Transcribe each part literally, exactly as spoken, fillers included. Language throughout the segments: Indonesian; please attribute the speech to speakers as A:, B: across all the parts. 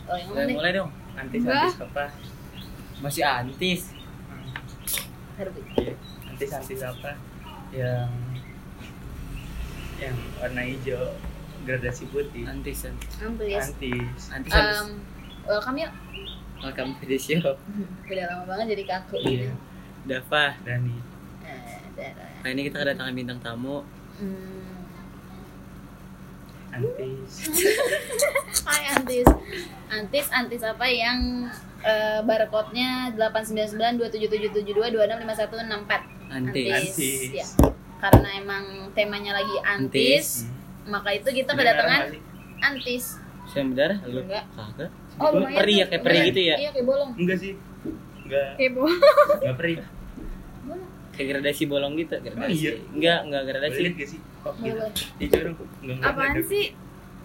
A: Oh, yang
B: mulai,
A: mana?
B: mulai dong.
C: Antis
D: Enggak.
C: antis apa?
B: Masih antis.
A: Herbie.
C: Iya, antis antis apa? Yang yang warna hijau gradasi putih.
B: Antis, antis.
A: Antis.
C: Antis.
B: Antis, antis.
A: Um, welcome yuk.
B: Welcome to the show.
A: Udah lama banget jadi kaku
C: Iya.
A: ini.
B: Dava.
C: Dani.
A: Eh, darah.
B: Kali ini kita kedatangan bintang tamu.
A: Hmm.
C: Antis.
A: Hai Antis. Antis, Antis apa yang uh, barcode-nya delapan sembilan sembilan dua tujuh tujuh tujuh dua dua enam lima satu enam empat.
B: Antis.
C: Antis.
A: Ya. Karena emang temanya lagi antis,
C: Hmm.
A: maka itu kita
C: Udah
A: kedatangan
C: merah nggak sih?
A: antis.
B: Siapa berdarah? Lu?
A: Enggak.
B: Kagak.
A: Oh, lumayan.
B: Peri ya,
A: tuh.
B: kayak peri
A: Lumayan.
B: gitu ya?
A: Iya, kayak bolong.
C: Enggak sih. Enggak.
D: Heboh.
C: Enggak perih.
A: Bolong.
B: Kayak gradasi bolong gitu, gradasi.
C: Oh, iya.
B: Enggak, enggak
C: Boleh
B: gradasi.
C: lihat gak sih? Oh,
A: Boleh,
C: gitu.
A: boleh.
C: Di jorong. Enggak enggak.
D: Apaan
C: ada.
D: sih?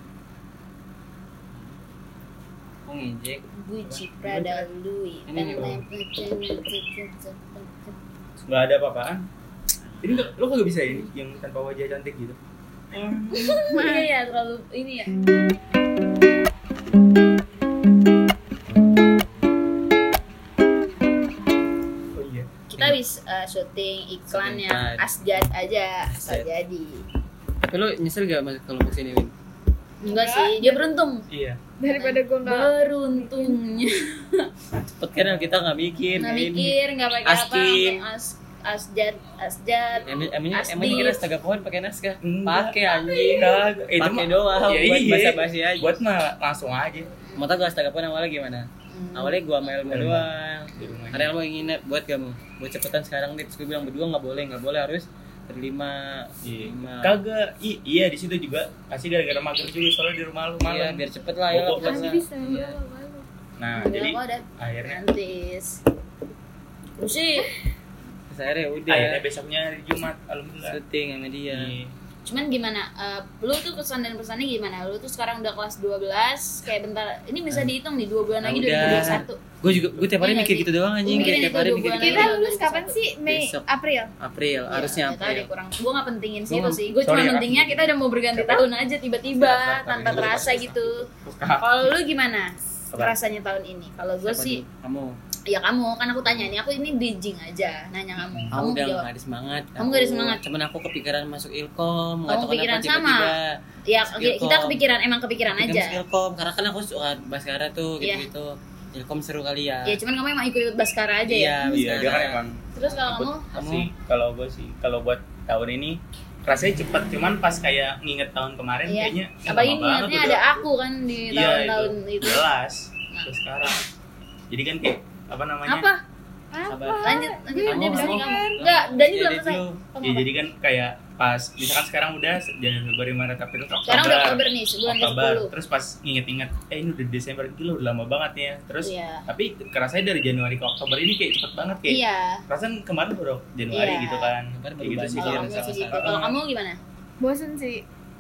B: Kok ngejek?
A: Gucci, Prada, Louis.
B: Ini nih, Bang.
C: Enggak ada apa-apaan. Ini enggak, lo kagak bisa ini yang tanpa wajah cantik gitu.
A: Iya ya, terlalu ini ya.
C: Oh iya.
A: Kita habis uh, syuting iklan
B: Syuting
A: yang
B: iklan.
A: Asjad aja, asal
B: Asjad.
A: jadi.
B: Tapi lu nyesel gak masuk kalau kesini, Win?
A: Enggak sih, dia beruntung.
C: Iya.
D: Daripada gue nggak.
A: Beruntungnya.
B: Cepet kan kita gak mikir.
A: Nggak
B: ini.
A: mikir, nggak pakai apa,
B: Askim.
A: pakai as asjad, asjad.
B: Emang emangnya
A: Asdif.
B: emangnya kira astaga pohon pakai naskah?
C: Enggak.
B: Pakai anjing.
C: Kagak. Eh, itu
B: Pakai
C: mah-
B: doang
C: Ya,
B: buat
C: iya.
B: basa-basi aja.
C: Buat mah langsung aja
B: Mau tau gak astaga pohon awalnya gimana?
A: Hmm.
B: Awalnya gua sama Elmo
C: Elmo.
B: doang.
C: di rumah.
B: Karena Elmo ingin buat kamu. Buat cepetan sekarang nih. Terus gue bilang berdua nggak boleh, nggak boleh harus berlima.
C: Iya.
B: Lima.
C: Kagak. I- iya di situ juga pasti gara-gara mager juga soalnya di rumah lu
B: Iya,
C: malam.
B: biar cepet lah ya.
C: Bobok.
B: puasa.
D: Masih bisa.
B: Iya.
D: Malu-malu.
C: Nah,
A: Udah,
C: jadi
A: kok ada
C: akhirnya
A: Antis. Terus sih,
B: Terus akhirnya udah.
C: akhirnya besoknya hari Jumat alhamdulillah.
B: Syuting sama dia.
C: Iya.
A: cuman gimana? Uh, lu tuh kesan dan pesannya gimana? Lu tuh sekarang udah kelas dua belas, kayak bentar. Ini bisa dihitung nih, dua bulan
B: Ah,
A: lagi
B: udah.
A: dua ribu dua puluh satu.
B: Gue juga gue tiap hari
A: Iya
B: mikir
A: sih.
B: gitu doang anjing.
A: Mikirin
B: Kayak tiap
A: itu
B: hari
A: dua
B: mikir
A: bulan
B: gitu.
D: Kita
A: lagi.
D: lulus kapan sih? Mei,
B: Besok.
D: April.
B: April, harusnya
A: Ya, tahu deh,
B: April.
A: kurang. Gua nggak pentingin sih
B: Gua
A: itu
B: nggak-
A: sih. Gue cuma
C: sorry ya.
A: pentingnya kita udah mau berganti tahun aja tiba-tiba
C: Siap,
A: tanpa
C: siap,
A: terasa
C: siap.
A: gitu.
C: Buka.
A: Kalau lu gimana?
C: Apa?
A: Rasanya tahun ini? Kalau gue
B: Siapa
A: sih,
B: dulu? Kamu.
A: ya kamu kan aku tanya nih, aku ini bridging aja, nanya kamu.
B: Kamu
A: Kamu
B: udah
A: jawab.
B: gak ada semangat.
A: Kamu nggak ada semangat?
B: Cuman aku kepikiran masuk Ilkom. Nggak
A: Kamu
B: tahu kenapa
A: kepikiran sama?
B: tiba-tiba.
A: Ya
B: Masuk
A: oke, kita
B: Ilkom.
A: kepikiran, emang kepikiran
B: Kepikiran
A: aja.
B: masuk Ilkom. Karena kan aku suka Baskara tuh
A: Iya.
B: gitu-gitu. Ilkom seru kali ya.
A: Ya cuman kamu emang ikut-ikut Baskara aja
B: Iya,
A: ya.
C: Iya, dia kan emang.
A: Terus kalau kamu?
B: Kamu?
C: Sih, kalau gue sih, kalau buat tahun ini rasanya cepet, cuman pas kayak nginget tahun kemarin
A: Iya.
C: kayaknya ih,
A: Apalagi
C: lama banget
A: niatnya
C: udah.
A: ada aku kan di
C: Iya,
A: tahun-tahun
C: itu.
A: itu.
C: Jelas.
A: Nah.
C: Terus sekarang. Jadi kan kayak apa namanya?
A: Apa?
B: Sabar.
A: Lanjut, lanjut
B: Kamu,
A: aja bisa
B: kamu.
A: kamu. Enggak, Dani belum
B: Jadi
A: selesai.
B: dulu.
A: Kamu
C: Ya
A: apa?
C: jadi kan kayak pas misalkan sekarang udah Januari, Februari, Maret, April, Oktober.
A: Sekarang udah Oktober nih, sebulan ke
C: Oktober.
A: sepuluh.
C: Terus pas nginget-inget, eh ini udah Desember, gila udah lama banget ya. Terus
A: Iya.
C: tapi kerasanya dari Januari ke Oktober ini kayak cepet banget kayak.
A: Iya.
C: Perasaan kemarin baru Januari
A: Iya.
C: gitu kan.
B: Kemarin
C: Kayak
B: baru
C: gitu sih.
B: banjir.
A: Kalau
C: kalau
A: kamu
C: misalkan
A: sih gitu.
C: sekarang.
A: Kalau kamu gimana?
D: Bosen sih.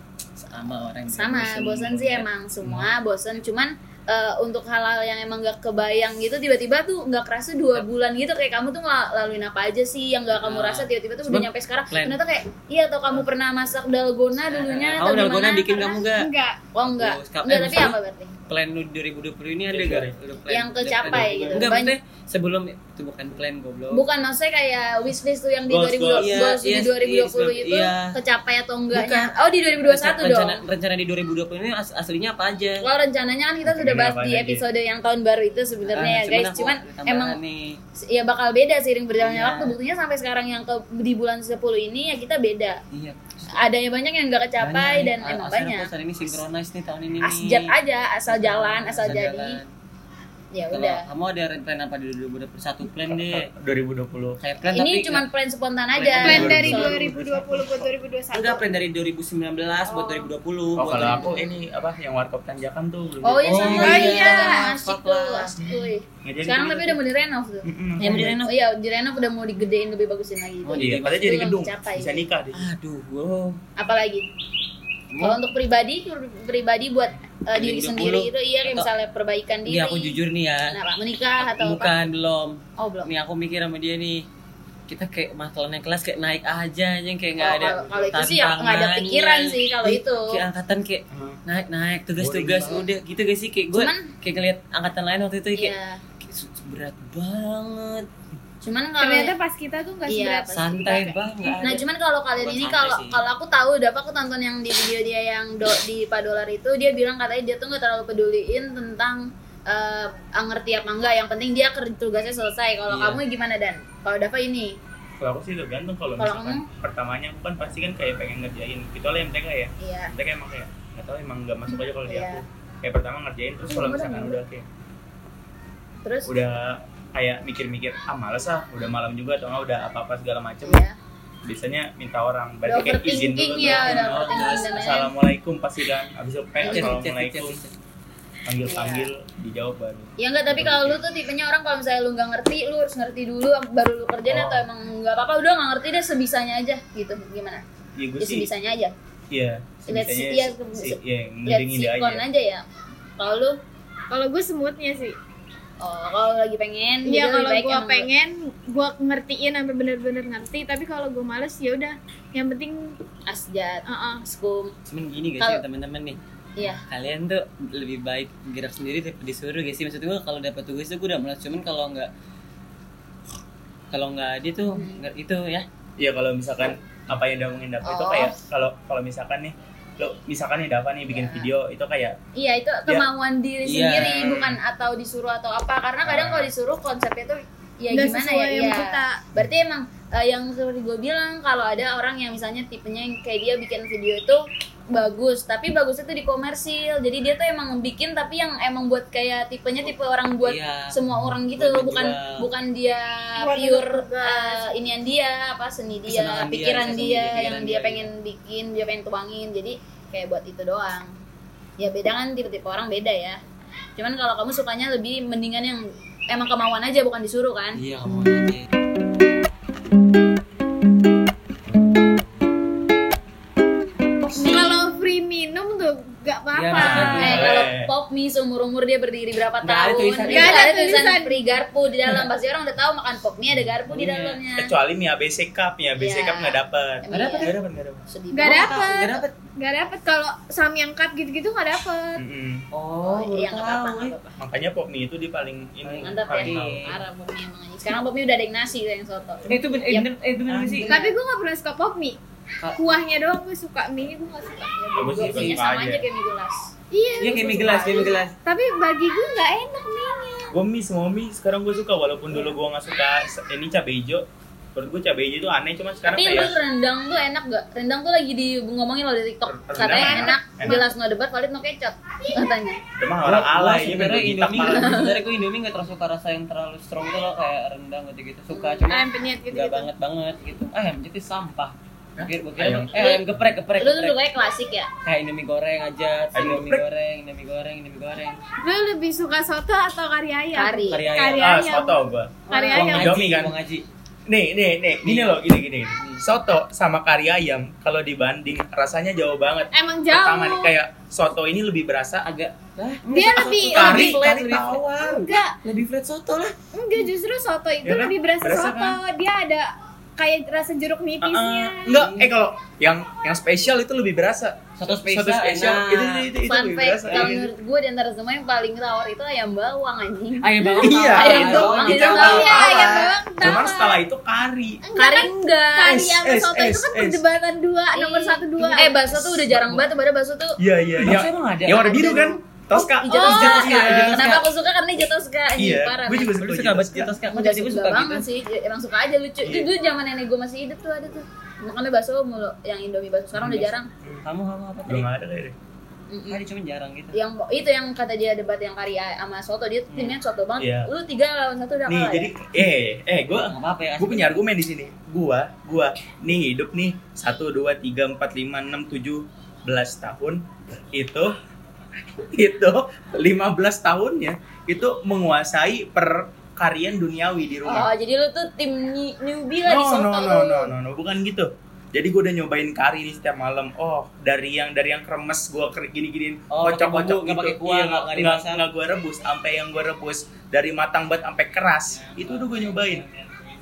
B: Sama orang juga
A: Sama, bosan sih
B: banget.
A: emang semua bosan. Cuman eh, untuk hal-hal yang emang gak kebayang gitu tiba-tiba tuh nggak kerasa dua bulan gitu kayak kamu tuh ngel- laluin apa aja sih yang gak kamu
B: Nah.
A: rasa tiba-tiba tuh
B: Cuman
A: udah nyampe sekarang
B: plan.
A: ternyata kayak iya atau kamu pernah masak dalgona dulunya
B: Kamu
A: atau
B: dalgona
A: gimana?
B: bikin
A: Karena-
B: kamu gak?
D: Enggak.
A: Oh enggak,
B: Oh, sekarang-
A: enggak
B: eh,
A: tapi
B: maksudnya-
A: apa berarti?
B: Plan lu dua ribu dua puluh ini ada
C: Iya,
B: gak?
C: sorry.
B: Lu plan-
A: Yang kecapai
B: ada-
A: gitu.
B: Enggak,
A: Banyak-
B: maksudnya sebelum itu bukan plan goblok.
A: Bukan maksudnya kayak wishlist tuh yang di
C: Goals,
A: dua ribu dua puluh
B: goals.
A: goals
B: Iya,
A: di dua ribu dua puluh
B: iya,
A: itu
B: iya.
A: kecapai atau enggaknya?
B: Bukan.
A: Oh di dua ribu dua puluh satu dong.
B: rencana, rencana di dua ribu dua puluh ini as- aslinya apa aja?
A: Kalau rencananya kan kita sudah
C: Ini
A: bahas
C: apa
A: di
C: lagi?
A: episode yang tahun baru itu sebenarnya ya
B: Ah,
A: guys.
B: aku
A: Cuman
B: ada tambahan
A: emang
B: nih.
A: ya bakal beda seiring berjalannya
B: Iya.
A: waktu. Buktinya sampai sekarang yang ke di bulan sepuluh ini ya kita beda.
B: Iya.
A: Adanya banyak yang nggak kecapai
B: Banyak
A: dan
B: nih.
A: emang
B: Asal
A: banyak.
B: aku saat ini synchronize nih tahun ini nih.
A: Asjat aja, asal jalan, asal,
B: Asal
A: jadi.
B: jalan.
A: Ya
B: Kalau
A: udah.
B: kamu ada plan apa di dua ribu dua puluh satu plan deh?
C: dua ribu dua puluh.
B: Kayak plan
A: Ini
B: tapi
A: cuma plan spontan aja.
B: Plan
D: Plan
C: dua
D: dari
C: ribu
D: dua ribu dua puluh buat dua ribu dua puluh satu.
B: udah plan dari dua ribu sembilan belas buat
A: Oh.
B: dua ribu dua puluh.
C: Oh
B: buat
C: kalau
B: dua
C: aku
B: ribu-
C: ini apa yang warkop tanjakan tuh belum.
A: Oh iya
B: Oh,
A: sama
B: iya.
A: iya. Asik
B: Fuck
A: tuh,
B: lah.
A: asik. Wih.
C: Nggak jadi
A: Sekarang
C: gitu
A: tapi
C: sih.
A: udah mau direnov tuh.
C: Mm-mm.
B: Ya, mau direnov.
A: Oh iya, direnov udah mau digedein lebih bagusin lagi.
B: Oh,
C: Iya,
B: jadi
C: katanya jadi
A: belum
C: gedung.
A: tercapai.
C: Bisa nikah deh.
B: Aduh, wow.
A: Apalagi kalau untuk pribadi, pribadi buat uh, diri
B: dua ribu dua puluh
A: sendiri itu iya kayak
B: atau-
A: misalnya perbaikan diri.
B: Ini aku jujur nih ya.
A: Kenapa? Menikah atau
B: Bukan, belum.
A: apa? Oh belum.
B: Nih aku mikir sama dia nih. kita kayak masalah naik kelas kayak naik aja aja kayak nggak
A: Oh,
B: ada
A: kalau- kalau itu sih ya nggak ada pikiran sih kalau
B: Kayak-
A: itu.
B: kayak angkatan kayak
C: Hmm.
B: naik naik tugas-tugas
C: Boring
B: udah gitu gak sih kayak gue
A: Cuman-
B: kayak ngeliat angkatan lain waktu itu kayak,
A: Iya.
B: kayak su- berat banget
A: Cuman kalau
D: Ternyata pas kita tuh nggak
A: Iya,
D: seberat
A: pas
B: santai
D: kita.
B: banget.
A: Nah, cuman kalau kalian
B: Bukan
A: ini
B: santai
A: kalau
B: sih.
A: kalau aku tahu, udah aku tonton yang di video dia yang do, di Padolar itu, dia bilang katanya dia tuh nggak terlalu peduliin tentang eh ngerti apa enggak, yang penting dia kerja tugasnya selesai. Kalau
B: Iya.
A: kamu gimana Dan? Kalau Dava ini?
C: Kalau aku sih tergantung, kalau
A: Kalau
C: misalkan pertamanya aku kan pasti kan kayak pengen ngerjain, kecuali M T K ya.
A: Iya.
C: M T K emang kayak nggak tahu emang nggak masuk aja kalau di
A: Iya.
C: aku. Kayak pertama ngerjain, terus kalau
A: Iya,
C: misalkan
A: bener.
C: udah kayak
A: Terus
C: udah kayak mikir-mikir ah males ah, udah malam juga atau nggak udah apa-apa segala macem,
A: ya.
C: biasanya minta orang,
A: Udah
C: berarti kayak izin
A: overthinking
C: dulu
A: ya,
C: tuh.
A: udah
C: Oh,
A: overthinking
C: terus
A: dan lain-lain.
C: assalamualaikum pasti kan, abis itu kayak
B: Chat, chat,
C: assalamualaikum,
B: chat, chat.
C: panggil-panggil dijawab baru.
A: Ya enggak, tapi kalau lu tuh tipenya orang kalau misalnya lu nggak ngerti, lu harus ngerti dulu baru lu kerjain,
C: Oh.
A: atau emang nggak apa-apa udah nggak ngerti deh sebisanya aja gitu. Gimana?
C: Iya gue
A: Ya
C: sih,
A: sebisanya aja.
C: iya
A: Lihat
C: sebisanya
A: si- iya,
C: si, iya
A: Lihat
C: ngide-ngide
A: sikon
C: aja.
A: aja ya. Kalau lu
D: Kalau gue semutnya sih.
A: oh, kalau lagi pengen,
D: Iya,
A: jadi
D: kalau
A: lebih baik
D: gue
A: emang lu-
D: pengen, gue ngertiin sampai bener-bener ngerti. Tapi kalau gue males ya udah. Yang penting,
A: asjad,
D: uh-uh.
A: skum.
B: Cuman gini guys
A: Kalau-
B: ya teman-teman nih,
A: Iya.
B: kalian tuh lebih baik gerak sendiri daripada disuruh guys sih. Maksud gue kalau dapat tugas tuh gue udah malas, cuman kalau nggak kalau nggak dia tuh
A: Hmm.
B: nggak itu ya.
C: Iya kalau misalkan apa yang diomongin Dava itu
A: Oh.
C: kayak kalau kalau misalkan nih lo misalkan nih Dava nih bikin
A: Ya.
C: video itu kayak
A: Iya, itu kemauan diri
B: Iya.
A: sendiri, bukan atau disuruh atau apa. Karena kadang kalau disuruh konsepnya tuh ya
D: Nggak
A: gimana
D: sesuai
A: ya?
D: yang
A: Iya.
D: kita.
A: Berarti emang eh, yang seperti gue bilang, kalau ada orang yang misalnya tipenya yang kayak dia bikin video itu bagus, tapi bagusnya tuh di komersil. Jadi dia tuh emang bikin tapi yang emang buat kayak tipenya tipe orang buat
B: Iya.
A: semua orang gitu,
B: Buat
A: bukan
B: dijual.
A: bukan dia
D: Buat
A: pure
D: tugas.
A: eh, inian dia, apa seni dia,
B: Kesenangan dia,
A: pikiran
B: kesenangan
A: dia,
B: dia,
A: yang
B: pikiran
A: dia
B: dia,
A: pengen bikin, dia pengen tuangin. Jadi kayak buat itu doang. Ya beda kan, tipe-tipe orang beda ya. Cuman kalau kamu sukanya lebih mendingan yang emang kemauan aja, bukan disuruh kan?
B: Iya kamu aja.
D: Kalau free minum tuh gak apa-apa.
B: Iya, maksudnya
A: Eh,
C: Boleh.
A: kalau Pop Mie seumur umur dia berdiri berapa
B: Nggak ada
A: tahun,
B: tulisan.
A: dia
D: Nggak ada
A: ada tulisan
D: tulisan.
A: free garpu di dalam. Pasti orang udah tahu makan Pop Mie ada garpu di
B: Iya.
A: dalamnya.
C: kecuali mie A B C Cup, mie A B C
A: Iya.
C: Cup nggak dapet.
A: Nggak
C: Nggak
A: dapet.
C: dapet, nggak dapet, nggak dapet.
A: Sedih
D: Gak
A: banget.
D: dapet.
B: Nggak dapet.
D: Gak dapet. Kalau samyang cup gitu-gitu gak dapet.
C: Mm-mm.
B: Oh,
A: Iya,
B: baru
A: nggak apa-apa,
B: tahu,
A: nggak
B: eh.
A: apa-apa.
C: Makanya pop mie itu dia paling ini
A: Mantap
C: paling
A: ya.
C: tahu.
A: Parah Pop Mie emang aja. Sekarang Pop Mie udah ada yang nasi yang soto.
B: Eh, itu bener, eh,
A: Yap.
B: bener, eh, itu bener nggak sih?
D: Tapi gue gak pernah suka pop mie.
B: Ka-
D: Kuahnya doang gue suka, mie gue gak suka.
A: Ya,
C: Bagus sih,
A: biasanya
C: suka
A: sama
C: aja.
A: aja kayak mie gelas.
D: Iya.
B: Iya kayak mie gelas, kayak mie gelas.
D: Tapi bagi gue gak enak mie-nya.
C: Gue mie semua mie sekarang gue suka, walaupun dulu gue nggak suka se- ini cabai hijau. Menurut gue cabai hijau itu aneh, cuma sekarang
A: Tapi
C: kayak
A: lu rendang tuh enak gak? Rendang tuh lagi di ngomongin loh di TikTok.
C: Rendang
A: Katanya
C: enak.
A: enak,
C: Enak.
A: jelas no debat, valid no kecap. Katanya.
C: emang
B: Gua-
C: orang
B: gua
C: alay ini
B: sebenarnya
C: bentuk hitam
B: Indomie,
C: malah.
B: sebenarnya gue Indomie nggak terlalu suka rasa yang terlalu strong tuh loh, kayak rendang gitu-gitu suka, cuma
D: Ayam penyet
B: nggak
D: gitu-gitu.
B: banget banget gitu. Ah, yang jadi sampah.
C: Hah?
B: Kira, gua kira
C: Ayam.
B: tuh- eh ayam geprek, geprek,
A: Lu tuh
B: geprek.
A: sukanya klasik ya?
B: Kayak Indomie goreng aja,
C: Ayam
B: Indomie
C: geprek.
B: goreng, Indomie goreng, Indomie goreng.
D: Lu lebih suka soto atau kari ayam?
A: Kari.
B: Kari ayam.
D: Kari
C: Ah,
D: ayam.
C: soto gue.
D: Kari
B: Bang
D: ayam.
B: Haji,
C: Indomie kan?
B: Bang Haji.
C: Nih, nih, nih, gini loh, gini, gini. Soto sama kari ayam kalau dibanding rasanya jauh banget.
D: Emang jauh.
C: Pertama nih kayak soto ini lebih berasa
B: Agak Hah?
D: Dia lebih
C: kari,
B: lebih flat,
C: kari
B: lebih flat.
C: tawar.
D: enggak,
B: Lebih flat soto lah.
D: enggak justru soto itu
C: Ya kan?
D: lebih berasa,
C: Berasa
D: soto.
C: kan?
D: Dia ada kayak rasa jeruk nipisnya.
C: Uh-uh. Enggak, eh kalau yang yang spesial itu lebih berasa.
B: Soto spesial,
C: Soto spesial
B: enak.
C: itu itu itu, itu
A: Fun
C: lebih
A: fact,
C: berasa.
A: kalau menurut gue di antara semua yang paling tawar itu ayam bawang anjing.
B: Ayam bawang.
C: Iya,
B: tawar,
A: ayam
B: ayam
A: bawang
B: bawang
A: itu
B: itu
A: tawar.
B: tawar.
D: Iya, ayam bawang
C: Cuman
D: tawar.
C: setelah itu kari.
A: Kari enggak.
D: Kari
C: Es,
D: sama
C: es,
D: soto itu
C: es,
D: kan
C: es.
D: perdebatan dua, nomor
A: Ih,
D: satu dua.
A: Eh, bakso tuh udah jarang banget, padahal bakso tuh
C: Iya, iya,
B: Bakso
C: iya.
B: emang ada?
C: Yang warna biru
A: Ada.
C: kan? Tosca.
A: hijau
D: Oh,
A: Tosca.
B: iya, hijau Tosca.
A: Kenapa aku suka? Karena hijau Tosca anjing,
C: Iya,
A: parah.
C: gue juga
B: Lu
C: suka.
B: suka banget gitu kan?
A: Udah
B: Jadi gue
A: suka
B: suka
A: banget
B: gitu.
A: sih, emang suka aja lucu. Itu
C: Iya.
A: dulu zaman nenek gue masih hidup tuh ada tuh. Makanya bakso mulu, yang Indomie bakso sekarang udah jarang.
B: Kamu kamu apa tadi?
C: Belum ada kayaknya.
A: Mm-mm.
B: Tadi cuma jarang gitu.
A: Yang itu yang kata dia debat yang kari sama soto, dia tuh timnya soto banget.
C: Iya.
A: Lu tiga lawan satu udah
C: Nih,
A: kalah
C: jadi
A: ya.
C: eh eh gue
B: Enggak apa-apa ya.
C: gue punya argumen di sini. Gua, gua nih hidup nih satu dua tiga empat lima enam tujuh belas tahun itu itu lima belas tahunnya itu menguasai perkaryan duniawi di
A: Oh,
C: rumah.
A: jadi lu tuh tim ni- newbie lah di
C: No,
A: soto
C: no, no,
A: lu.
C: no, no, no, bukan gitu. Jadi gue udah nyobain kari nih setiap malam. Oh, dari yang dari yang kremes gue gini-giniin,
B: Oh, pakai
C: kocok-kocok
B: bumbu, nggak
C: gitu.
B: pakai kuah,
C: Iya,
B: nggak- nggak
C: nggak
B: dimasak.
C: nggak gue rebus, sampai yang gue rebus dari matang banget sampai keras. Itu udah gue nyobain.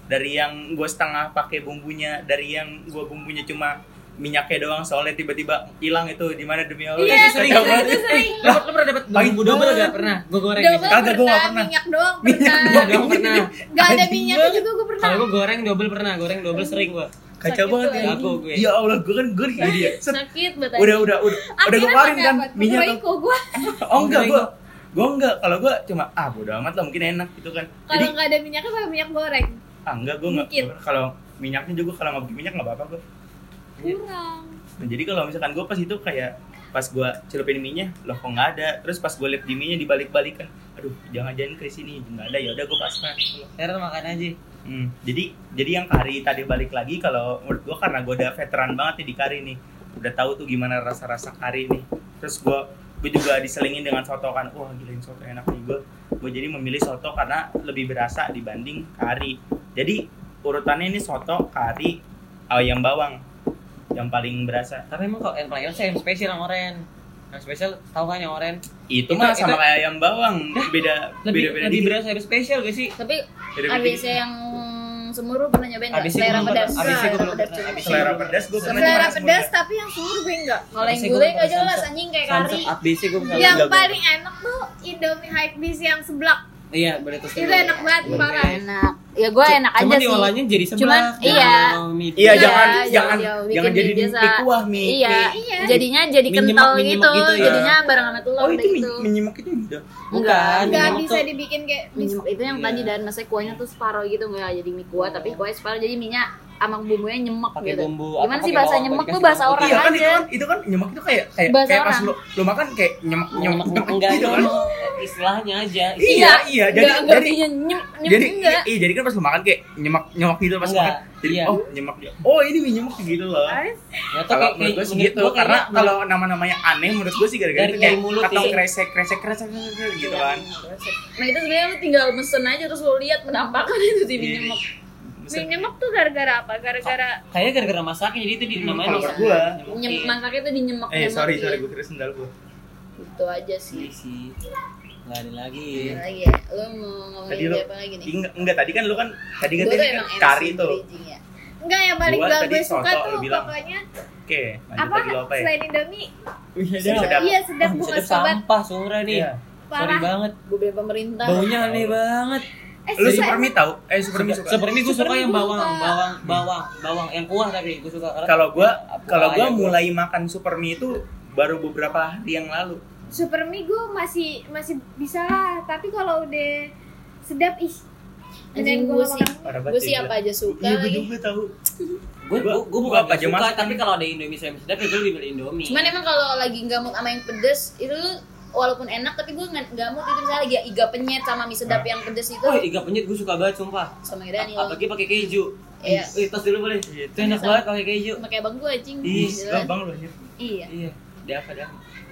C: dari yang gue setengah pakai bumbunya, dari yang gue bumbunya cuma minyaknya doang, soalnya tiba-tiba hilang itu di mana demi Allah.
D: Iya,
C: Itu
B: sering
C: kacau
D: itu
C: banget.
D: sering.
B: Lo lo pernah dapat bumbu double gak pernah? Gue goreng
D: Double
B: bisa.
C: Kagak, gua nggak
D: pernah,
C: pernah.
D: minyak doang
C: Minyak
D: pernah.
B: Gue doang pernah.
D: Gak ada
C: Anjing
D: minyaknya
C: banget.
D: juga gue pernah.
B: Kalau gue goreng double pernah, goreng double sering gue.
C: Kacau
A: Sakit
C: banget
A: tuh,
C: ya.
B: Jago gue.
C: Ya Allah, gue kan gue kayak dia. Set,
A: Sakit banget.
C: udah udah udah udah gue keluarin kan minyak tuh.
D: kok gue.
C: Oh enggak, gue gue enggak. Kalau gue cuma ah bodo amat lah, mungkin enak gitu kan. Jadi
D: Kalau nggak ada minyaknya pakai minyak goreng.
C: ah enggak, gue enggak.
D: Mungkin.
C: Kalau minyaknya juga kalau nggak pakai minyak nggak apa-apa gue.
D: Kurang.
C: Nah, jadi kalau misalkan gue pas itu kayak pas gue celupin minyak, loh kok nggak ada. Terus pas gue liat di minyak dibalik-balikan, aduh jangan-jangan ke sini nggak ada, ya udah gue pasrah.
B: Sekarang makan aja.
C: Hmm, jadi jadi yang kari tadi balik lagi, kalau menurut gue karena gue udah veteran banget nih di kari nih, udah tahu tuh gimana rasa-rasa kari nih. Terus gue gue juga diselingin dengan soto kan, wah gila ini soto enak nih. Gue gue jadi memilih soto karena lebih berasa dibanding kari. Jadi urutannya ini soto, kari, ayam bawang yang paling berasa.
B: Tapi emang kok yang paling enak sih yang spesial yang oren. Yang spesial tahu kan yang oren?
C: Itu,
B: Itu-
C: mah sama
B: itu-
C: kayak ayam bawang, beda
B: Lebih
C: beda-beda
B: lebih
C: dikit.
B: berasa lebih spesial gak sih?
A: Tapi
C: Beda-beda
A: A B C
C: dikit.
A: yang Semeru pernah nyobain nggak?
B: A B C
A: Selera
B: gua belum
A: pedas.
B: pernah. A B C gua belum
A: pedas
B: pernah.
A: juga.
B: A B C
C: Selera pedas gue pernah
D: Selera
C: cuma
D: pedas
C: semur.
D: tapi yang seluruh gue enggak.
A: Kalau yang
B: A B C
A: gulai
B: gua
A: nggak
B: pernah
A: jelas
B: samsat.
A: anjing kayak
B: Samsat
A: kari.
B: A B C gue bisa.
D: Yang
C: Enggak,
D: paling enak tuh Indomie Hypebeast yang seblak.
B: Iya, boleh tuh.
D: Itu enak banget, parah.
A: Enak. Ya gue enak aja
B: Cuman
A: sih.
B: diolahnya jadi seblak.
A: Cuman, iya.
C: Iya,
A: Iya,
C: jangan
A: jangan-
C: jangan
A: jangan bikin
C: jangan jadi
A: biasa.
C: mie kuah mie.
A: Iya.
C: mie.
D: Iya.
A: Jadinya jadi
B: Mie
A: kental
B: nyemek, mie
A: gitu.
B: nyemek gitu ya.
A: Jadinya bareng sama telur
C: Oh
A: udah
C: itu mie,
A: gitu.
C: mie nyemek itu udah.
B: Bukan.
D: Enggak
B: nyemek
D: bisa
B: tuh.
D: dibikin kayak
A: Mie nyemek itu yang
B: Iya.
A: tadi dan masanya kuahnya tuh separuh gitu, nggak jadi mie kuah tapi kuahnya separuh, jadi minyak sama bumbunya nyemek
B: Pakai
A: gitu.
B: bumbu,
A: Gimana
B: apa,
A: sih
B: pakai
A: bahasa
B: bawang,
A: nyemek
B: dikasih
A: tuh bahasa
B: bawang
A: orang
C: Iya kan itu
A: aja.
C: kan itu kan nyemek itu kayak kayak
A: Bahasa
C: kayak pas
A: orang.
C: lu lu makan kayak nyemek nyemek
B: Nyemek
C: nyemek
B: enggak
C: gitu
B: itu
C: kan.
B: istilahnya aja.
C: Iya iya jadi
A: Nggak- nggak
C: jadi
A: artinya nyem nyem
C: jadi
A: enggak.
C: iya jadi kan pas lu makan kayak nyemek nyemek gitu pas
B: Enggak,
C: makan. Jadi
B: iya.
C: oh nyemek dia. Oh ini mie nyemek gitu loh.
B: Ya, tuh
C: Kalau
B: kayak-
C: menurut gue
B: kayak-
C: sih
B: menurut
C: gitu
B: gua
C: karena
B: kayaknya
C: kalau nama-namanya aneh menurut gue sih gara-gara
B: Dari-
C: itu kayak
B: dari mulut,
C: katong
B: iya.
C: kresek kresek kresek kresek gitu kan.
A: Nah itu sebenarnya lu tinggal mesen aja terus lu lihat penampakan itu si mie nyemek.
D: mie nyemek tuh gara-gara apa? Gara-gara
B: kayaknya gara-gara masaknya jadi itu di
C: Hmm,
B: namanya
C: kalau
B: masak.
C: gua.
A: Nyem masaknya tuh di nyemek
C: Eh sorry sorry gue kira sendal gue.
A: Itu aja
B: Iya
A: sih.
B: sih. Enggak ada lagi.
A: Ada lagi ya. Lu mau
C: Tadi
A: ngomongin
C: lu
A: apa lagi nih?
C: enggak enggak tadi kan lu kan tadi kan
A: Gua tuh
C: tadi
A: emang
C: kan
A: enak
C: kari
A: sih
C: tuh.
A: bridging ya.
D: enggak yang paling
C: Gua
D: gak
C: tadi
D: gue suka
C: soto,
D: tuh
C: lu bilang.
D: pokoknya
C: Oke, lanjut
D: apa
C: lagi lo apa ya?
D: selain Indomie
B: Iya,
C: Sedap.
D: iya sedap gue
B: Sedap
D: gak suka banget
B: sampah Sungra nih.
C: Iya.
B: Sorry
D: parah
B: banget.
A: Gue beli pemerintah.
B: Baunya aneh banget.
D: eh
C: Lu
D: susah
C: super mie
D: emang.
C: tahu? Eh super mie suka.
B: Seperti gue suka
D: Super
B: yang
D: mie gua
B: bawang,
D: suka.
B: bawang, bawang, bawang yang kuah tapi gue suka. Karena
C: Kalau gua
B: apa
C: kalau gua
B: ya,
C: mulai makan super mie itu baru beberapa hari yang lalu.
D: super mie gue masih masih bisa lah tapi kalau udah sedap ih
A: Anjing
D: gua
A: gue sih,
D: makan.
C: Parah banget
A: gue
C: ya
A: sih
C: gua.
A: apa aja suka
C: Iya, gua
A: lagi.
C: juga tahu.
B: gue
C: Gua-
B: gue gue
C: gua
B: bukan
C: apa
B: gak
C: aja
B: suka
C: makan.
B: tapi kalau ada Indomie saya sedap ya gue lebih beli Indomie.
A: Cuman emang kalau lagi nggak mood sama yang pedes itu lu walaupun enak tapi gue nggak nggak mood itu misalnya lagi iga penyet sama mie sedap yang pedes itu
B: Oh, iga penyet gue suka banget sumpah.
A: sama Daniel.
B: Apalagi pakai keju.
A: Iya.
B: Eh, tos dulu boleh.
C: Iya,
B: Itu enak
A: Sama.
B: banget pakai keju.
A: Sama kayak bang gue anjing.
B: Ih,
A: Gila.
C: Oh, bang lu ya.
A: Iya.
B: Iya, dia apa dia?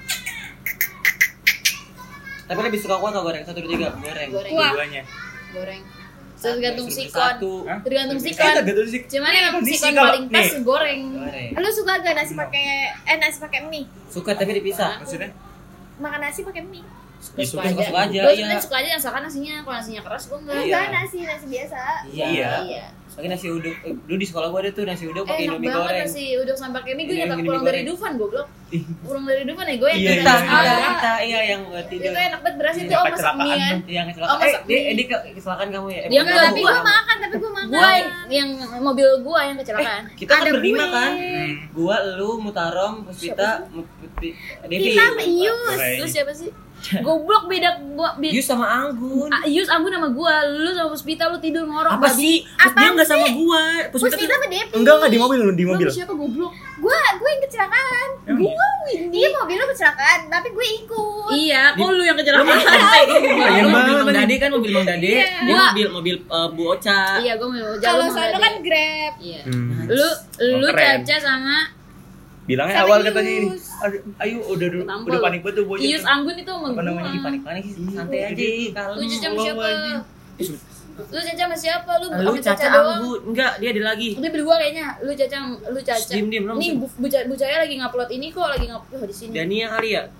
B: Tapi lebih suka kuah atau goreng? Satu, dua, tiga, goreng.
A: Goreng.
D: Kuah.
C: Keduanya.
A: Goreng. Tergantung
B: Suruh beli
A: sikon.
B: satu.
C: Hah?
A: Tergantung
C: Eh,
A: sikon.
C: tergantung sik.
A: Cuman emang
C: Kondisi
A: sikon
C: kalau-
A: paling pas
C: nih.
A: goreng.
B: Goreng.
D: lu suka gak nasi pakai eh nasi pakai mie
B: Suka tapi dipisah.
C: Maksudnya?
D: makan nasi pakai mie
A: Suka
C: Ya,
A: suka
C: suka-
A: aja.
B: suka aja,
A: Gue
B: iya.
A: sebenarnya suka aja asalkan nasinya kalau nasinya keras gue enggak.
B: Iya.
D: enggak nasi nasi biasa
B: Iya.
C: Iya.
A: Iya.
B: Soalnya nasi uduk. Eh, dulu di sekolah gua ada tuh nasi uduk
A: Eh,
B: pakai
A: enak
B: Indomie
A: banget
B: goreng.
A: nasi uduk sama pakai mie. Gue
B: Iya,
A: nyata
B: Indomie
A: pulang dari
B: goreng.
A: Dufan goblok. Pulang dari Dufan ya gue yang
C: Iya,
A: dari
B: Kita,
C: iya,
B: kita,
A: sekolah.
B: kita, iya yang buat tidur.
A: Itu enak banget berasa itu
C: Iya,
A: oh masak
C: kecelakaan
A: mie kan.
B: Yang
A: Oh,
B: kecelakaan. Eh,
A: masak
B: dia,
A: mie.
B: eh, dia ke- kecelakaan kamu ya? Eh,
A: Dia
B: bukan
A: enggak,
B: kamu,
D: tapi
A: gua-
D: gue
B: kamu.
D: makan tapi gue makan
A: Gue yang mobil gue yang kecelakaan.
B: Kita kan
D: Ada
B: berlima
D: gue.
B: kan?
C: Hmm.
B: Gua, lu, Mutarom, Puspita, Mut- Putih, Devi.
D: kita sama Ius
C: Goreng.
A: Lu siapa sih? Goblok beda gua be-
B: Yus sama Anggun.
A: Ah, Yus Anggun sama gua, lu sama Puspita lu tidur ngorok
B: Apa sih? Pus
D: Apaan
B: dia enggak sama
D: sih?
B: gua. Puspita
D: Puspita
B: tuh
D: sama Devi
C: Enggak enggak di mobil lu di
A: Lu
C: mobil.
A: siapa goblok?
D: gue gue yang kecelakaan
C: Emang iya?
D: gue dia mobil lu kecelakaan tapi gue ikut
A: Iya, kok lu yang
B: Lu
A: kecelakaan?
B: mobil
C: Kayaknya
B: mobil
C: banget
B: Mang
C: tadi.
B: Dade kan mobil Mang Dade.
D: Iya.
B: Dia
A: Gua-
B: mobil mobil eh, Bu Ocha.
A: Iya, gua mau jalan
D: kalau
A: sama
D: sono
A: Dade.
D: kan grab
A: Iya.
C: Hmm.
A: Lu lu
C: Oh, keren.
A: Caca sama
C: Bilangnya
D: Sama
C: awal
D: Ius.
C: katanya ini. Aduh, ayo udah udah,
A: Ketampol.
C: udah panik banget tuh bocah.
A: Yus
C: tuh.
A: Anggun itu sama
C: Apa
A: gua.
C: namanya?
B: Lagi panik-panik sih, santai aja. Kalem.
A: Lu Caca sama
C: Allah,
A: siapa?
C: anjing.
A: Lu Caca sama siapa? Lu
B: Lu
A: sama
B: Caca
A: doang.
B: Anggun. Enggak, dia ada lagi.
A: Udah berdua kayaknya. Lu Caca, lu Caca.
B: Diem, diem, lu
A: Nih
B: mesti-
A: Bu Bu Ca- Bu Cahaya lagi ngupload ini kok, lagi ngupload oh, di sini.
B: Dania kali ya?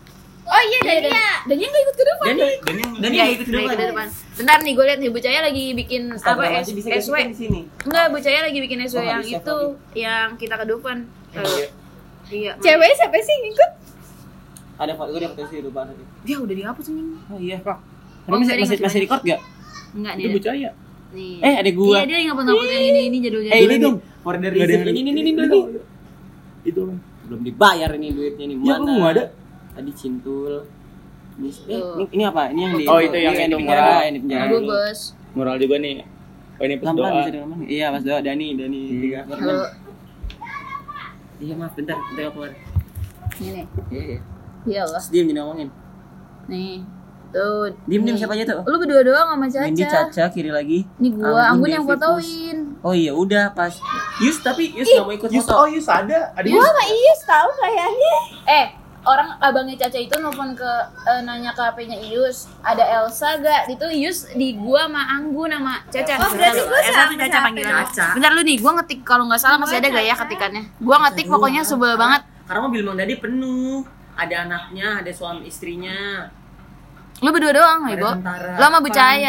D: Oh iya
A: Iya, dan
D: Dania.
A: dan dia nggak ikut ke depan.
B: Dan
C: Dan yang
B: dan
A: Iya,
B: dia ikut
A: nggak
B: depan.
A: ikut ke depan. Bentar nih gue lihat nih Bu Cahaya lagi bikin apa
B: Instagram
A: S-
B: aja bisa
A: S W.
B: kasih di sini.
A: Enggak, Bu Cahaya lagi bikin S W
B: Oh, nggak
A: yang
B: bisa,
A: itu yang kita ke depan.
C: Iya.
A: Iya.
D: Cewek siapa sih yang ikut?
B: Ada foto gue dapat sih lupa tadi.
A: Dia udah dihapus nih.
B: Oh iya, Pak.
A: Oh,
B: masih
A: jadi
B: masih
A: masih
B: masih record enggak?
A: Enggak nih.
C: itu
A: ada.
C: percaya.
A: Nih.
B: Eh, ada gua.
A: Iya, dia ngapus-ngapus yang ini ini jadul-jadul.
B: Eh, ini dong. For the
C: Nggak ada
B: reason
C: yang-
B: ini ini ini dulu.
C: Itu kan.
B: Belum dibayar ini duitnya nih.
C: Ya, kok nggak ada?
B: Tadi cintul. Ini, eh,
A: Tuh.
B: ini, ini apa? Ini yang di
C: Oh, itu yang
B: di
C: itu
B: penjara,
C: moral.
B: yang di penjara.
A: Aduh, Bos.
C: Moral juga nih. Oh ini pas
B: Pelan-pelan
C: doa.
B: bisa dengan mana? Iya, Mas doa Dani, Dani tiga.
A: Halo.
B: Iya, maaf bentar, bentar aku keluar.
A: Ini nih.
B: Iya, iya.
A: Ya Allah.
B: Terus diem jadi ngomongin.
A: Nih. Tuh.
B: Diem diem
A: nih.
B: siapa aja tuh?
A: Lu berdua doang sama
B: Wendy,
A: Caca.
B: Caca, kiri lagi.
A: Ini gua, Anggun yang
B: Devi, Pus.
A: fotoin.
B: Oh iya, udah pas. Yus tapi Yus nggak mau ikut
C: Yus,
B: foto.
C: oh Yus ada. Ada
D: Gua
C: Yus.
D: sama Ius tahu kayaknya.
A: Eh, orang abangnya Caca itu nelfon ke eh, nanya ke H P-nya Ius, ada Elsa gak? Itu Ius di gua sama Anggun sama Caca.
D: Oh, berarti gua
A: Elsa
D: sama
A: tuh Caca
D: Caca.
A: panggilan. Bentar lu nih, gua ngetik kalau nggak salah masih ada gak ya ketikannya? Gua ngetik pokoknya sebel banget.
B: Karena mobil Mang Dadi penuh. Ada anaknya, ada suami istrinya.
A: Lu berdua doang,
B: Ada
A: Ibo.
B: tentara.
A: Lu sama Bu Cahaya.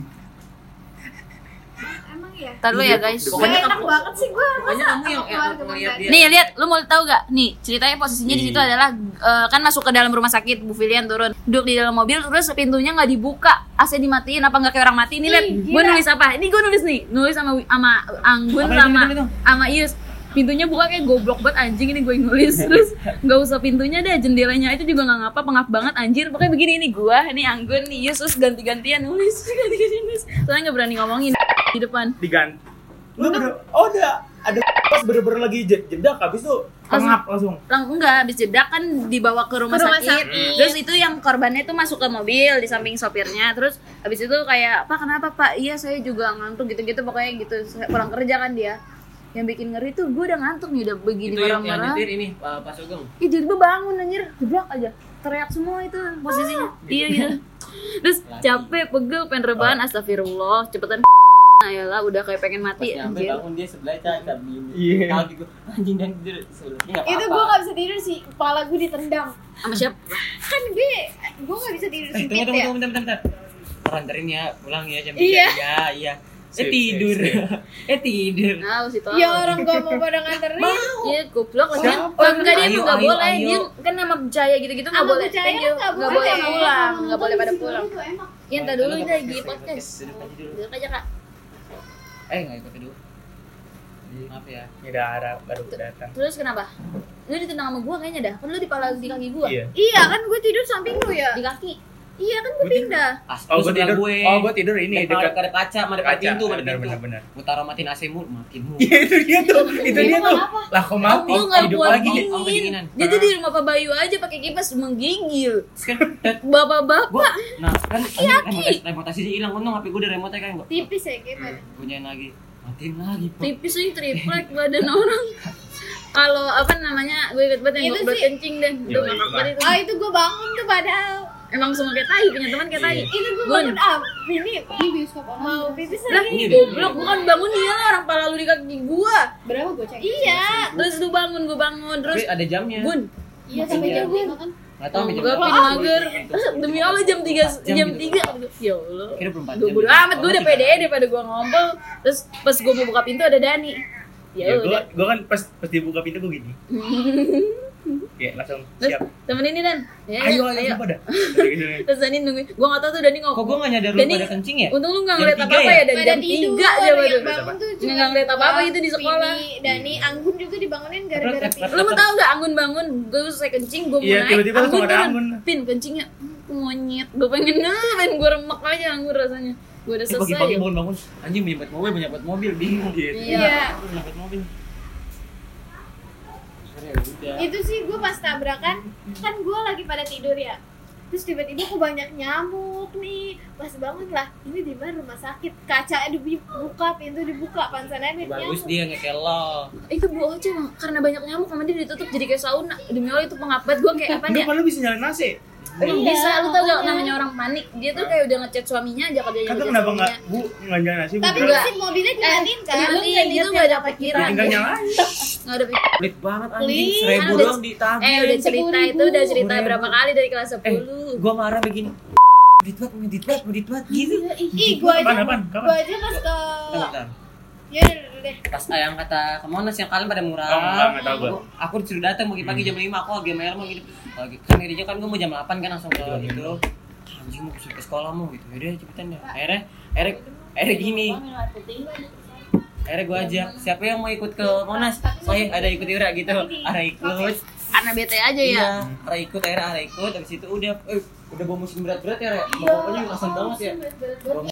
D: Emang ya?
A: Ntar lu ya guys.
B: Pokoknya
D: Gak enak
B: kamu-
D: banget sih gua.
B: Pokoknya kamu yang
D: keluarga
B: yang
D: Bang
B: ngeliat
D: Dadi.
B: dia.
A: Nih lihat, lu mau tahu gak? Nih ceritanya posisinya di situ
C: Iya.
A: adalah eh, kan masuk ke dalam rumah sakit, Bu Filian turun, duduk di dalam mobil, terus pintunya nggak dibuka, A C dimatiin, apa nggak kayak orang mati? Ini lihat,
D: Ih,
A: gue
D: gila.
A: nulis apa? Ini gue nulis nih, nulis sama sama Anggun
B: Apa itu,
A: sama
B: itu, itu?
A: sama Ius. Pintunya buka kayak goblok banget anjing, ini gue yang nulis. Terus nggak usah pintunya deh, jendelanya itu juga nggak ngapa, pengap banget anjir. Pokoknya begini, ini gue, ini Anggun, nih Ius, terus ganti-gantian nulis, ganti-gantian nulis. Soalnya nggak berani ngomongin di depan.
C: Diganti. Lu bener, oh ada ada pas bener-bener lagi jed- jedak habis tuh pengap langsung.
A: Lang enggak, habis jeda kan dibawa ke rumah,
D: Ke rumah
A: sakit.
D: sakit.
A: Terus itu yang korbannya tuh masuk ke mobil di samping sopirnya. Terus habis itu kayak, "Pak, kenapa, Pak?" "Iya, saya juga ngantuk," gitu-gitu pokoknya gitu. Saya pulang kerja kan dia. Yang bikin ngeri tuh gue udah ngantuk nih, udah begini
B: Itu yang, yang
A: marah-marah.
B: nyetir ini uh, Pak Sugeng.
A: Ih, tiba-tiba bangun anjir, jeblak aja. Teriak semua itu posisinya. Iya gitu. Terus capek, pegel, pengen rebahan, astagfirullah, cepetan. Ayolah, udah kayak pengen
B: Pas
A: mati
B: nyampe
A: anjir.
B: bangun dia sebelah Caca begini.
C: Iya.
B: Kaki gue anjing dan tidur sebelah. Ini nggak
D: Itu
B: apa-apa.
D: gua gak bisa tidur sih, kepala gue ditendang.
A: Sama siapa?
D: Kan gue, gue gak bisa tidur
B: Eh,
D: sempit
B: tunggu tunggu
D: ya.
B: tunggu bentar bentar. bentar. Orang anterin ya, pulang ya jam
D: Iya.
B: tiga. Iya, iya. Eh
C: Sip,
B: tidur.
C: sip,
B: Eh tidur.
A: Nah, si Tolong.
D: Ya orang gak mau pada nganterin.
A: Iya, goblok lagi.
C: Siapa?
A: Oh, enggak dia
B: Ayo,
A: enggak
B: ayo,
A: boleh.
B: ayo.
A: Dia kan nama Jaya gitu-gitu enggak
D: Sama
A: boleh.
D: Bu Cahaya
A: Thank
D: kan
A: you.
D: nggak
A: Enggak
D: boleh.
A: boleh pulang,
D: Kalau
A: enggak boleh
D: nonton
A: pada
D: di situ
A: pulang.
D: tuh enak.
A: Iya, entar dulu ini lagi podcast.
B: Duduk aja dulu.
A: Duduk aja, Kak.
B: Eh nggak ikut dulu. Maaf ya.
C: Ini Dara baru datang.
A: Terus kenapa? Lu ditendang sama gua kayaknya dah. Kan lu di pala di kaki gua.
C: Iya.
D: Iya kan gue tidur samping lu ya.
A: Di kaki.
D: Iya kan gue pindah.
B: As,
C: Oh,
B: lu
C: gua
B: sebelah
C: tidur.
B: gue.
C: Oh, gua tidur ini
B: dekat
C: dekat
B: ada kaca, ada
C: kaca.
B: pintu, ada
C: Benar,
B: pintu.
C: benar, benar.
B: Gua taruh matiin A C mulu, makin mulu.
C: Iya itu dia tuh, itu dia tuh. Lah kok mati?
A: Gua enggak
C: Hidup
A: buat
C: lagi.
B: Oh,
A: dingin.
B: kedinginan.
A: Dia tuh di rumah Pak Bayu aja pakai kipas menggigil.
B: Terus kan dan
A: Bapak-bapak.
B: gua nah kan remote remote A C hilang untung H P gua di remote kan gua.
D: Tipis ya gimana?
B: Gua nyalain lagi. Matiin lagi. Pak.
A: Tipis sih triplek badan orang. Kalau apa namanya, gue ikut banget yang
D: Itu
A: gue buat
D: sih-
A: kencing deh. Itu
C: Iya,
A: ngakak
C: itu
A: banget itu.
D: Ah itu gue bangun tuh padahal.
A: Emang semua kayak tai, punya teman kayak tai.
C: Iya.
D: Itu gue
A: Gun.
D: bangun ah ini di bioskop mau pipis
A: Lah,
D: lagi.
B: Ini deh.
A: goblok, bukan bangun dia lah, orang pala lu di kaki gua.
D: Berapa gue cek? Iya.
A: Terus lu bangun, gua bangun, terus
B: Tapi ada jamnya.
A: Gun.
D: Iya sampai
B: Iya.
D: jam lima kan.
B: Enggak tahu sampai jam
A: Enggak,
B: berapa.
A: pin mager. Terus demi Allah jam tiga
B: Jam
A: jam
B: gitu.
A: tiga. Ya Allah.
B: Kira dua puluh empat
A: Gue
B: jam.
A: bodo amat, gue udah pede daripada gua ngompol. Terus pas gua mau buka pintu ada Dani. Ya
C: Ya, gua,
A: udah.
C: gua kan pas pas dibuka pintu gua gini. Ya, langsung
A: Terus
C: siap.
A: temenin ini Dan. Ya,
C: Ayo, ayo,
A: ayo.
C: pada. Kayak gitu.
A: Terus Dani nungguin. Gua enggak tahu tuh Dani ngomong.
B: Kok gua enggak nyadar lu
A: Dani-
B: pada kencing ya?
A: Untung lu enggak
B: Jam
A: ngeliat
B: tiga
A: apa-apa
B: ya?
A: ya dari
D: Pada
A: jam
D: tidur,
A: tiga aja
D: yang
A: baru.
D: bangun tuh cuma
A: Nggak ngeliat apa-apa
D: gua,
A: itu di sekolah.
D: Vini, Dani, Anggun juga dibangunin gara-gara
B: Terus,
D: tidur.
A: Lu mau tahu gak Anggun bangun, gue saya kencing, gue mau
C: Iya,
A: naik,
C: tiba-tiba langsung ada
A: turun.
C: Anggun.
A: Pin kencingnya, "Hmm, monyet, gue pengen nah, pengen gue remek aja Anggun rasanya. Gue udah
B: Eh,
A: selesai.
B: pagi-pagi
A: ya.
B: bangun-bangun anjing banyak banget mobil, banyak banget mobil, bingung gitu.
A: Iya.
B: Banyak banget mobil. Ya udah.
D: Itu sih gue pas tabrakan kan gue lagi pada tidur ya. Terus tiba-tiba kok banyak nyamuk nih. Pas bangun lah, ini di mana rumah sakit? Kaca dibuka, pintu dibuka, pansannya ada
B: Bagus
D: nyamuk.
B: dia ngekelok.
A: Itu bohong aja Bang. Karena banyak nyamuk sama dia ditutup jadi kayak sauna. Demi Allah itu pengabad gue kayak apa
C: Enggak,
A: ya?
C: padahal bisa nyalain A C.
A: Emang
D: Iya,
A: bisa, lu tau gak
D: makanya.
A: namanya orang panik. Dia tuh kayak udah ngechat suaminya aja kerjanya
C: Kagak
A: ngechat
C: kenapa enggak
A: suaminya.
C: Bu nggak nyalain A C? Bu
D: Tapi
C: kira-
D: mesin mobilnya dimatiin kan?
A: Dimatiin, itu nggak ada pikiran.
C: tinggal nyalain.
A: Nggak ada pikir.
B: Pelit banget anjing,
D: Pelit.
B: seribu
A: Kan udah-
B: doang ditagih.
A: Eh udah cerita
D: sepuluh
A: itu udah cerita
B: ribu.
A: berapa kali dari kelas
B: Eh,
A: sepuluh.
B: gua marah begini. Medit banget, medit banget, medit banget gitu.
D: Ih, gua aja,
C: Kapan, kapan, kapan?
D: gua aja pas ke,
B: Bentar, bentar.
D: ya udah udah, deh.
B: Pas yang kata ke Monas yang kalian pada murah.
C: Oh, enggak, enggak tahu gua.
B: Aku, aku disuruh datang pagi-pagi jam lima, aku lagi mail mau gitu. Lagi kan dirinya kan gua mau jam delapan kan langsung ke itu. Anjing mau ke sekolahmu gitu. Yaudah cepetan dah. Akhirnya akhirnya akhirnya gini. Akhirnya gue ajak, siapa yang mau ikut ke Monas? Saya ada ikut Ira gitu. Ara ikut.
A: Karena bete aja ya.
B: Iya, Ara ikut, akhirnya Ara ikut. Habis itu udah eh, udah bawa musim berat-berat ya, Ra. Bapaknya kasian banget ya.
D: Berat-berat.